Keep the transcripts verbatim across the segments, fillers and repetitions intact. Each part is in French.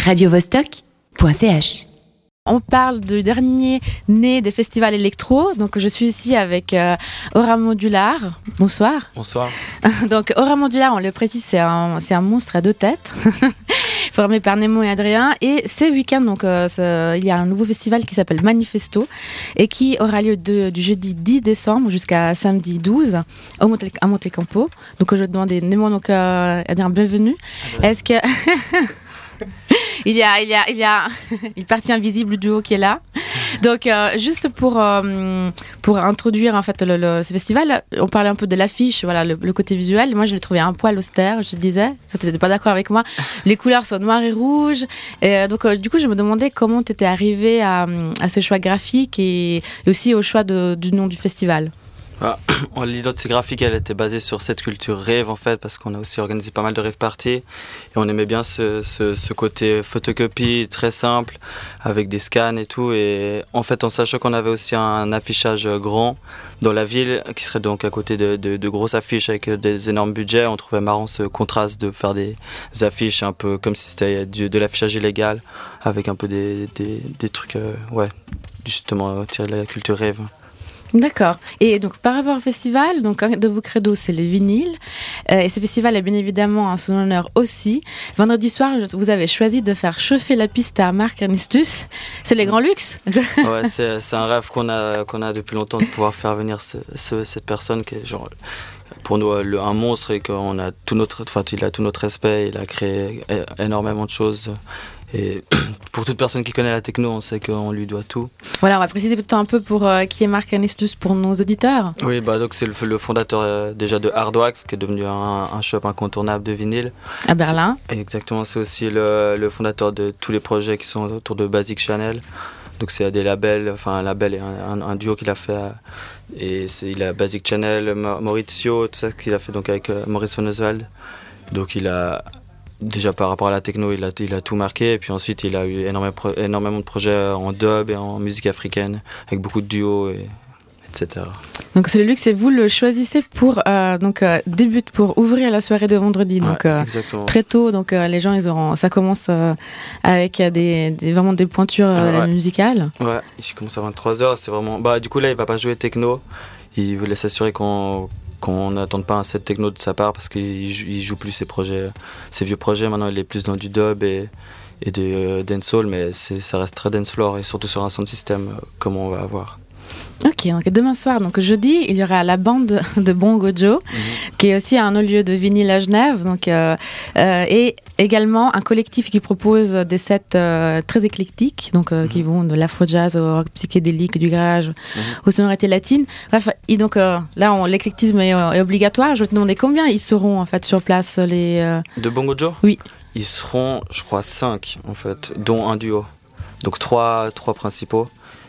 radio vostok point c h. On parle du dernier né des festivals électro. Donc, je suis ici avec euh, Aura Modular. Bonsoir. Bonsoir. Donc, Aura Modular, on le précise, c'est un, c'est un monstre à deux têtes, formé par Nemo et Adrien. Et ce week-end, donc, euh, ce, il y a un nouveau festival qui s'appelle Manifesto et qui aura lieu de, du jeudi dix décembre jusqu'à samedi douze au Monte, à Montecampo. Donc, je demande à Nemo, donc, euh, Adrien, bienvenue. Ah ben. Est-ce que... Il y a, il y a, il y a une partie invisible du duo qui est là. Donc, euh, juste pour, euh, pour introduire en fait le, le, ce festival, on parlait un peu de l'affiche, voilà, le, le côté visuel. Moi, je l'ai trouvé un poil austère, je te disais. Tu n'étais pas d'accord avec moi. Les couleurs sont noires et rouges. Et donc, euh, du coup, je me demandais comment tu étais arrivé à, à ce choix graphique et, et aussi au choix de, du nom du festival. Ah, l'identité graphique, elle était basée sur cette culture rave en fait, parce qu'on a aussi organisé pas mal de rave parties et on aimait bien ce, ce, ce côté photocopie très simple avec des scans et tout. Et en fait, en sachant qu'on avait aussi un affichage grand dans la ville qui serait donc à côté de, de, de grosses affiches avec des énormes budgets, on trouvait marrant ce contraste de faire des affiches un peu comme si c'était du, de l'affichage illégal avec un peu des, des, des trucs, euh, ouais, justement tirés de la culture rave. D'accord. Et donc, par rapport au festival, donc, un de vos credos, c'est le vinyle. Euh, et ce festival est bien évidemment en son honneur aussi. Vendredi soir, vous avez choisi de faire chauffer la piste à Marc Ernestus. C'est les grands luxes. Ouais, c'est, c'est un rêve qu'on a, qu'on a depuis longtemps de pouvoir faire venir ce, ce, cette personne qui est genre, pour nous, le, un monstre et qu'on a tout notre, enfin, il a tout notre respect. Il a créé énormément de choses. Et pour toute personne qui connaît la techno, on sait qu'on lui doit tout. Voilà, on va préciser peut-être un peu pour euh, qui est Marc Ernestus pour nos auditeurs. Oui, bah donc c'est le, le fondateur euh, déjà de Hardwax, qui est devenu un, un shop incontournable de vinyle. À Berlin. C'est, exactement, c'est aussi le, le fondateur de tous les projets qui sont autour de Basic Channel. Donc c'est des labels, enfin un label et un, un, un duo qu'il a fait. À, et c'est, il a Basic Channel, Maurizio, tout ça qu'il a fait donc avec euh, Maurice von Oswald. Donc il a... Déjà par rapport à la techno, il a, il a tout marqué. Et puis ensuite, il a eu énormément, énormément de projets en dub et en musique africaine, avec beaucoup de duos, et, etc. Donc c'est le luxe et vous le choisissez pour euh, donc euh, début pour ouvrir la soirée de vendredi. Donc ouais, euh, très tôt, donc euh, les gens ils auront, ça commence euh, avec des, des vraiment des pointures euh, ouais. musicales. Ouais, il commence à vingt-trois heures. C'est vraiment. Bah du coup là, il va pas jouer techno. Il voulait s'assurer qu'on qu'on n'attende pas un set techno de sa part parce qu'il joue, il joue plus ses projets, ses vieux projets. Maintenant, il est plus dans du dub et, et de euh, dancehall, mais c'est, ça reste très dance floor et surtout sur un sound system euh, comme on va avoir. Ok, donc demain soir, donc jeudi, il y aura la bande de Bongo Joe, mm-hmm. qui est aussi un haut-lieu de vinyle à Genève, donc, euh, euh, et également un collectif qui propose des sets euh, très éclectiques, donc euh, mm-hmm. qui vont de l'afro-jazz au rock psychédélique, du garage, mm-hmm. aux sonorités latines. Bref, et donc euh, là, on, l'éclectisme est, est obligatoire. Je vais te demander combien ils seront en fait sur place les. Euh... De Bongo Joe ? Oui. Ils seront, je crois, cinq en fait, dont un duo. Donc trois, trois principaux.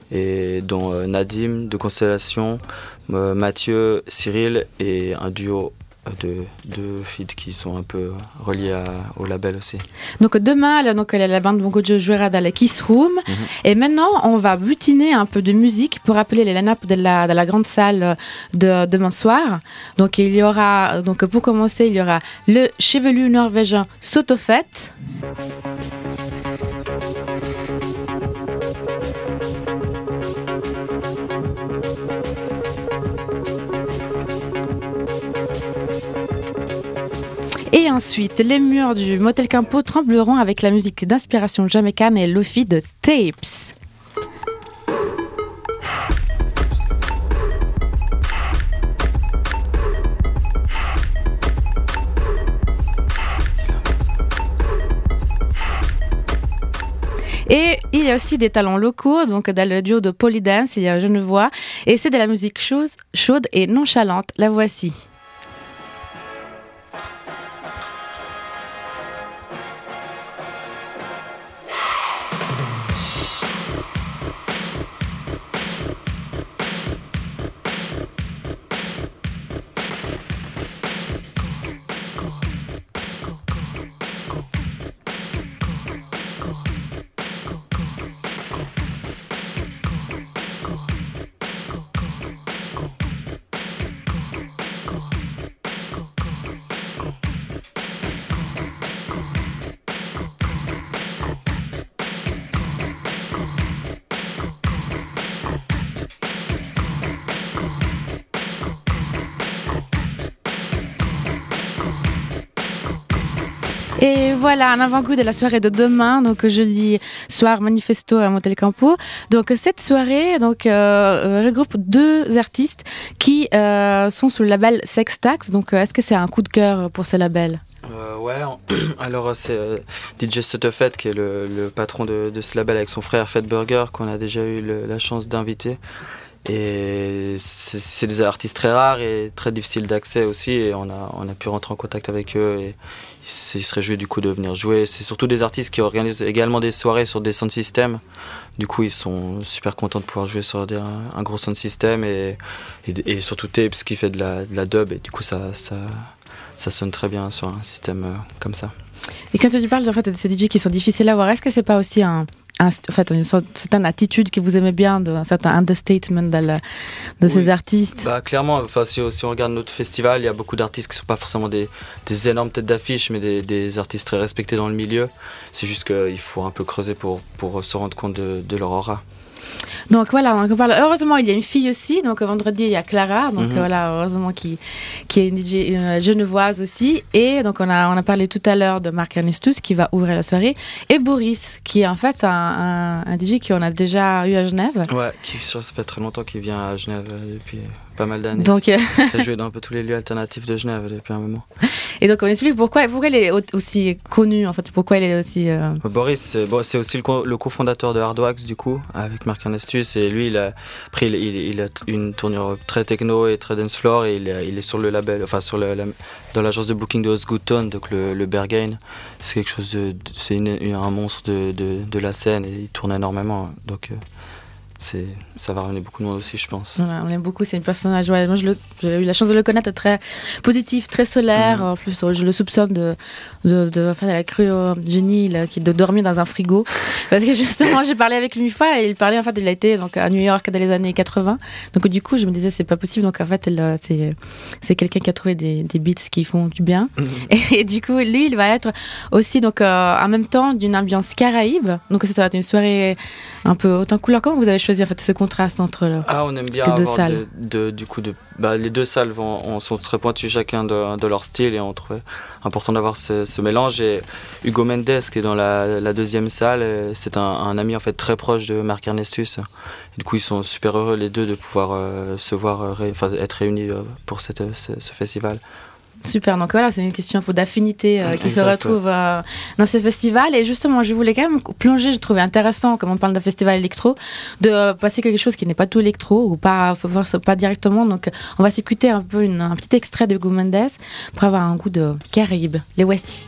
Et dont euh, Nadim de Constellation, euh, Mathieu, Cyril et un duo de deux feeds qui sont un peu reliés à, au label aussi. Donc demain, là, donc, la bande Bongo Joe jouera dans la Kiss Room. Mm-hmm. Et maintenant, on va butiner un peu de musique pour appeler les line-up de la, de la grande salle de demain soir. Donc il y aura, donc pour commencer, il y aura le chevelu norvégien Sotofet. Et ensuite, les murs du Motel Campo trembleront avec la musique d'inspiration jamaïcaine et lofi de Tapes. Et il y a aussi des talents locaux, donc dans le duo de Polydance, il y a un Genevois, et c'est de la musique chaude, chaude et nonchalante. La voici. Et voilà, un avant-goût de la soirée de demain, donc jeudi soir Manifesto à Motel Campo. Donc cette soirée donc euh, regroupe deux artistes qui euh, sont sous le label Sextax. Donc est-ce que c'est un coup de cœur pour ce label? Euh, ouais, alors c'est euh, D J Sutterfett qui est le, le patron de, de ce label avec son frère Fat Burger qu'on a déjà eu le, la chance d'inviter. Et c'est, c'est des artistes très rares et très difficiles d'accès aussi, et on a, on a pu rentrer en contact avec eux et ils se réjouissent du coup de venir jouer. C'est surtout des artistes qui organisent également des soirées sur des sound systems. Du coup ils sont super contents de pouvoir jouer sur des, un, un gros sound system et, et, et surtout Tapes qui fait de la, de la dub, et du coup ça, ça, ça sonne très bien sur un système euh, comme ça. Et quand tu parles en fait, de ces D J qui sont difficiles à voir, est-ce que c'est pas aussi un... Un, en fait, une sorte, certaine attitude que vous aimez bien, de, un certain understatement de, la, de oui. ces artistes? Bah, clairement, enfin, si, si on regarde notre festival, il y a beaucoup d'artistes qui ne sont pas forcément des, des énormes têtes d'affiche, mais des, des artistes très respectés dans le milieu. C'est juste qu'il faut un peu creuser pour, pour se rendre compte de, de leur aura. Donc voilà, on parle. Heureusement, il y a une fille aussi. Donc vendredi, il y a Clara. Donc mm-hmm. voilà, heureusement qui qui est une D J une genevoise aussi. Et donc on a on a parlé tout à l'heure de Marc Ernestus qui va ouvrir la soirée, et Boris qui est en fait un, un, un D J qu'on a déjà eu à Genève. Ouais, qui ça fait très longtemps qu'il vient à Genève depuis pas mal d'années. Donc euh... il a joué dans un peu tous les lieux alternatifs de Genève depuis un moment. Et donc on explique pourquoi pourquoi il est aussi connu en fait, pourquoi il est aussi. Euh... Boris, c'est, bon, c'est aussi le, co- le cofondateur de Hardwax du coup avec Marc Ernestus, et lui il a pris il, il, il a une tournure très techno et très dance floor, et il, il est sur le label, enfin sur le, la, dans l'agence de booking de Osgood Tone, donc le, le Berghain. C'est quelque chose de, de c'est une, une, un monstre de, de, de la scène, et il tourne énormément, donc. Euh, C'est, ça va ramener beaucoup de monde aussi, je pense. Voilà, on l'aime beaucoup, c'est une personnage. Ouais, moi, je le, j'ai eu la chance de le connaître, très positif, très solaire. Mmh. En plus, je le soupçonne de, de, de faire la cryogénie, là, qui de dormir dans un frigo. Parce que justement, j'ai parlé avec lui une fois, et il parlait, en fait, il a été donc, à New York dans les années quatre-vingts. Donc, du coup, je me disais, c'est pas possible. Donc, en fait, elle, c'est, c'est quelqu'un qui a trouvé des, des beats qui font du bien. Mmh. Et, et du coup, lui, il va être aussi, donc, euh, en même temps, d'une ambiance caraïbe. Donc, ça va être une soirée un peu haute en couleur. Comment vous avez choisi en fait ce contraste entre le, ah, on aime bien les deux avoir salles. De, de, du coup de, bah, les deux salles vont, on, sont très pointues chacun de, de leur style, et on trouvait important d'avoir ce, ce mélange. Et Hugo Mendes qui est dans la, la deuxième salle, c'est un, un ami en fait très proche de Marc Ernestus. Et du coup ils sont super heureux les deux de pouvoir euh, se voir, ré, enfin, être réunis pour cette, ce, ce festival. Super, donc voilà, c'est une question un peu d'affinité euh, qui exact, se retrouve euh, dans ce festival. Et justement, je voulais quand même plonger, j'ai trouvé intéressant, comme on parle d'un festival électro, de euh, passer quelque chose qui n'est pas tout électro, ou pas, pas directement. Donc on va s'écouter un peu une, un petit extrait de Hugo Mendes pour avoir un goût de Caraïbes. Les voici.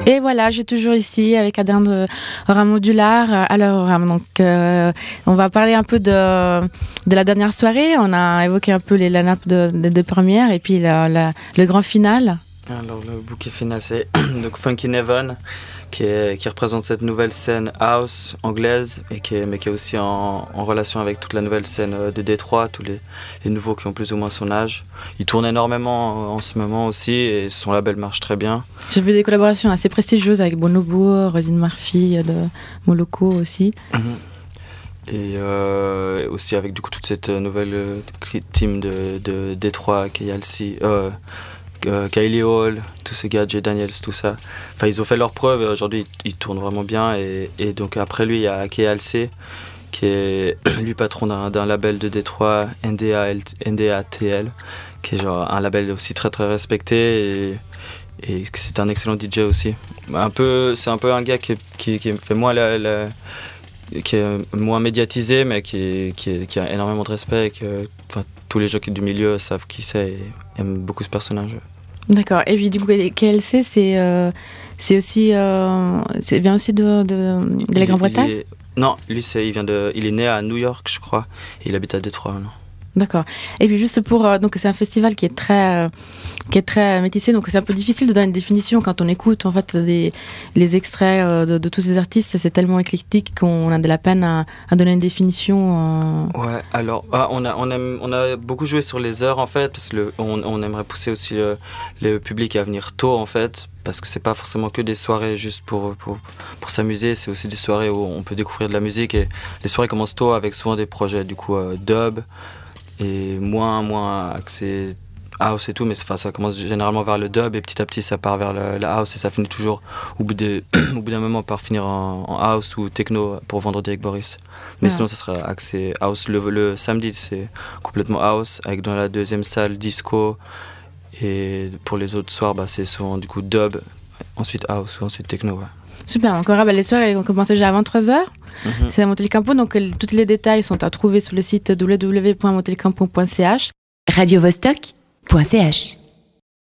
Et voilà, je suis toujours ici avec Adrien de Aura Modular. Alors, donc, euh, on va parler un peu de, de la dernière soirée. On a évoqué un peu les line-up de, de, de première et puis la, la, le grand final. Alors, le bouquet final, c'est donc Funky Neven, qui, est, qui représente cette nouvelle scène house anglaise, et qui est, mais qui est aussi en, en relation avec toute la nouvelle scène de Détroit, tous les, les nouveaux qui ont plus ou moins son âge. Il tourne énormément en, en ce moment aussi, et son label marche très bien. J'ai vu des collaborations assez prestigieuses avec Bonobo, Rosine Murphy de Moloko aussi. Mm-hmm. Et euh, aussi avec du coup toute cette nouvelle team de, de Détroit, K L C, euh, euh, Kylie Hall, tous ces gars, Jay Daniels, tout ça. Enfin, ils ont fait leurs preuves et aujourd'hui ils, ils tournent vraiment bien. Et, et donc après lui, il y a K L C, qui est lui patron d'un, d'un label de Détroit, N D A T L, qui est genre un label aussi très très respecté. Et, et c'est un excellent D J aussi. Un peu, c'est un peu un gars qui, qui, qui fait moins la, la qui est moins médiatisé, mais qui, qui, qui a énormément de respect et que enfin, tous les gens du milieu savent qui c'est et aiment beaucoup ce personnage. D'accord. Et puis du coup, K L C, c'est, euh, c'est aussi, euh, c'est vient aussi de, de, de la Grande-Bretagne est... Non, lui, c'est, il, vient de, il est né à New York, je crois, et il habite à Détroit maintenant. D'accord. Et puis juste pour euh, donc c'est un festival qui est très euh, qui est très métissé, donc c'est un peu difficile de donner une définition quand on écoute en fait des les extraits euh, de, de tous ces artistes. C'est tellement éclectique qu'on a de la peine à, à donner une définition. Euh... Ouais. Alors ah, on a on aime on a beaucoup joué sur les heures en fait parce que le, on, on aimerait pousser aussi le, le public à venir tôt en fait. Parce que c'est pas forcément que des soirées juste pour, pour, pour s'amuser, c'est aussi des soirées où on peut découvrir de la musique. Et les soirées commencent tôt avec souvent des projets du coup euh, dub et moins, moins axé house et tout, mais enfin, ça commence généralement vers le dub et petit à petit ça part vers le, la house et ça finit toujours au bout, de, au bout d'un moment par finir en, en house ou techno pour Vendredi avec Boris. Mais ouais. Sinon ça sera axé house. Le, le samedi c'est complètement house avec dans la deuxième salle disco. Et pour les autres soirs, bah, c'est souvent du coup dub, ensuite house ou ensuite techno. Ouais. Super, encore bah, les soirées ont commencé déjà à vingt-trois heures. Mm-hmm. C'est à Montelicampo, donc euh, tous les détails sont à trouver sur le site w w w point montelicampo point c h. radio vostok point c h